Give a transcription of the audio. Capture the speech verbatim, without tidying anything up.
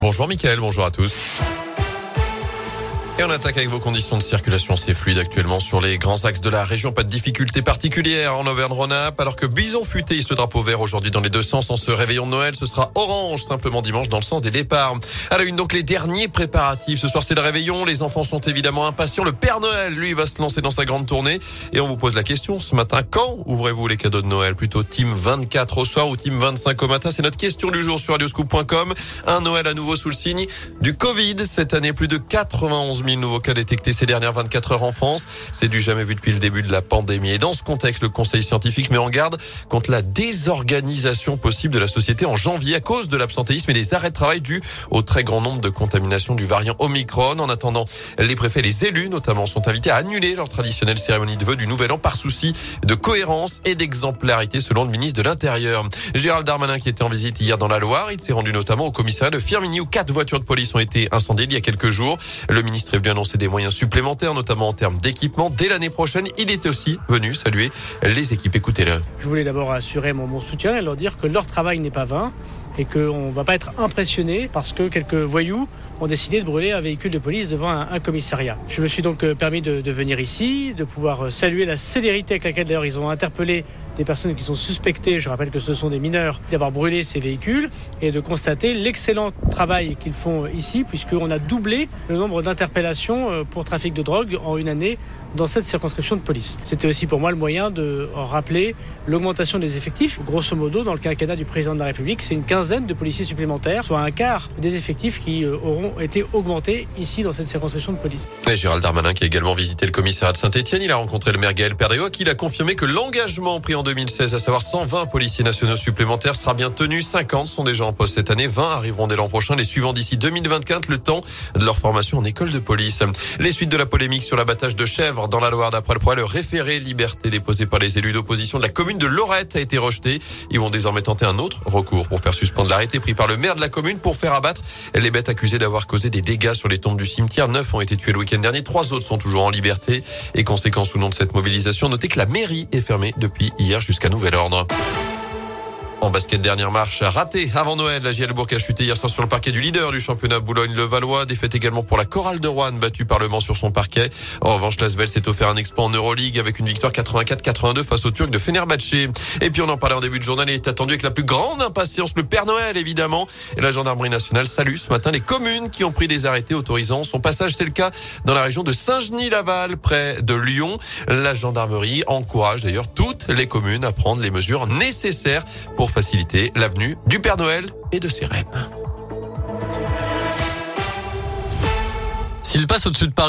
Bonjour Mickaël, bonjour à tous. Et on attaque avec vos conditions de circulation. C'est fluide actuellement sur les grands axes de la région. Pas de difficultés particulières en Auvergne-Rhône-Alpes. Alors que Bison Futé hisse le drapeau vert aujourd'hui dans les deux sens en ce réveillon de Noël. Ce sera orange simplement dimanche dans le sens des départs. À la une donc les derniers préparatifs. Ce soir c'est le réveillon. Les enfants sont évidemment impatients. Le Père Noël lui va se lancer dans sa grande tournée. Et on vous pose la question ce matin. Quand ouvrez-vous les cadeaux de Noël? Plutôt team vingt-quatre au soir ou team vingt-cinq au matin? C'est notre question du jour sur radioscoop point com. Un Noël à nouveau sous le signe du Covid. Cette année plus de quatre-vingt-onze mille nouveaux cas détectés ces dernières vingt-quatre heures en France. C'est du jamais vu depuis le début de la pandémie. Et dans ce contexte, le Conseil scientifique met en garde contre la désorganisation possible de la société en janvier à cause de l'absentéisme et des arrêts de travail dus au très grand nombre de contaminations du variant Omicron. En attendant, les préfets et les élus notamment sont invités à annuler leur traditionnelle cérémonie de vœux du Nouvel An par souci de cohérence et d'exemplarité selon le ministre de l'Intérieur. Gérald Darmanin qui était en visite hier dans la Loire, il s'est rendu notamment au commissariat de Firminy où quatre voitures de police ont été incendiées il y a quelques jours. Le ministre est venu annoncer des moyens supplémentaires, notamment en termes d'équipement. Dès l'année prochaine, il était aussi venu saluer les équipes. Écoutez-le. Je voulais d'abord assurer mon, mon soutien et leur dire que leur travail n'est pas vain et qu'on ne va pas être impressionné parce que quelques voyous ont décidé de brûler un véhicule de police devant un, un commissariat. Je me suis donc permis de, de venir ici, de pouvoir saluer la célérité avec laquelle d'ailleurs ils ont interpellé des personnes qui sont suspectées, je rappelle que ce sont des mineurs, d'avoir brûlé ces véhicules et de constater l'excellent travail qu'ils font ici puisqu'on a doublé le nombre d'interpellations pour trafic de drogue en une année dans cette circonscription de police. C'était aussi pour moi le moyen de rappeler l'augmentation des effectifs. Grosso modo, dans le quinquennat du président de la République, c'est une quinzaine de policiers supplémentaires, soit un quart des effectifs qui auront été augmentés ici dans cette circonscription de police. Et Gérald Darmanin qui a également visité le commissariat de Saint-Etienne, il a rencontré le maire Gaël Perdriau qui a confirmé que l'engagement pris en deux mille seize, à savoir cent vingt policiers nationaux supplémentaires, sera bien tenu. cinquante sont déjà en poste cette année, vingt arriveront dès l'an prochain, les suivants d'ici deux mille vingt-quatre, le temps de leur formation en école de police. Les suites de la polémique sur l'abattage de chèvres dans la Loire. D'après le progrès, le référé liberté déposé par les élus d'opposition de la commune de Lorette a été rejeté. Ils vont désormais tenter un autre recours pour faire suspendre l'arrêté pris par le maire de la commune pour faire abattre les bêtes accusées d'avoir causé des dégâts sur les tombes du cimetière. Neuf ont été tués le week-end dernier, trois autres sont toujours en liberté. Et conséquence ou non de cette mobilisation, notez que la mairie est fermée depuis hier jusqu'à nouvel ordre. En basket, dernière marche ratée avant Noël. La J L Bourg a chuté hier soir sur le parquet du leader du championnat Boulogne-le-Valois. Défaite également pour la Chorale de Roanne, battue par le Mans sur son parquet. En revanche, l'Asvel s'est offert un exploit en Euroleague avec une victoire quatre-vingt-quatre quatre-vingt-deux face aux Turcs de Fenerbahçe. Et puis on en parlait en début de journal, il est attendu avec la plus grande impatience le Père Noël évidemment. Et la gendarmerie nationale salue ce matin les communes qui ont pris des arrêtés autorisant son passage. C'est le cas dans la région de Saint-Genis-Laval, près de Lyon. La gendarmerie encourage d'ailleurs toutes les communes à prendre les mesures nécessaires pour faciliter l'avenue du Père Noël et de ses reines. S'il passe au-dessus de Paris,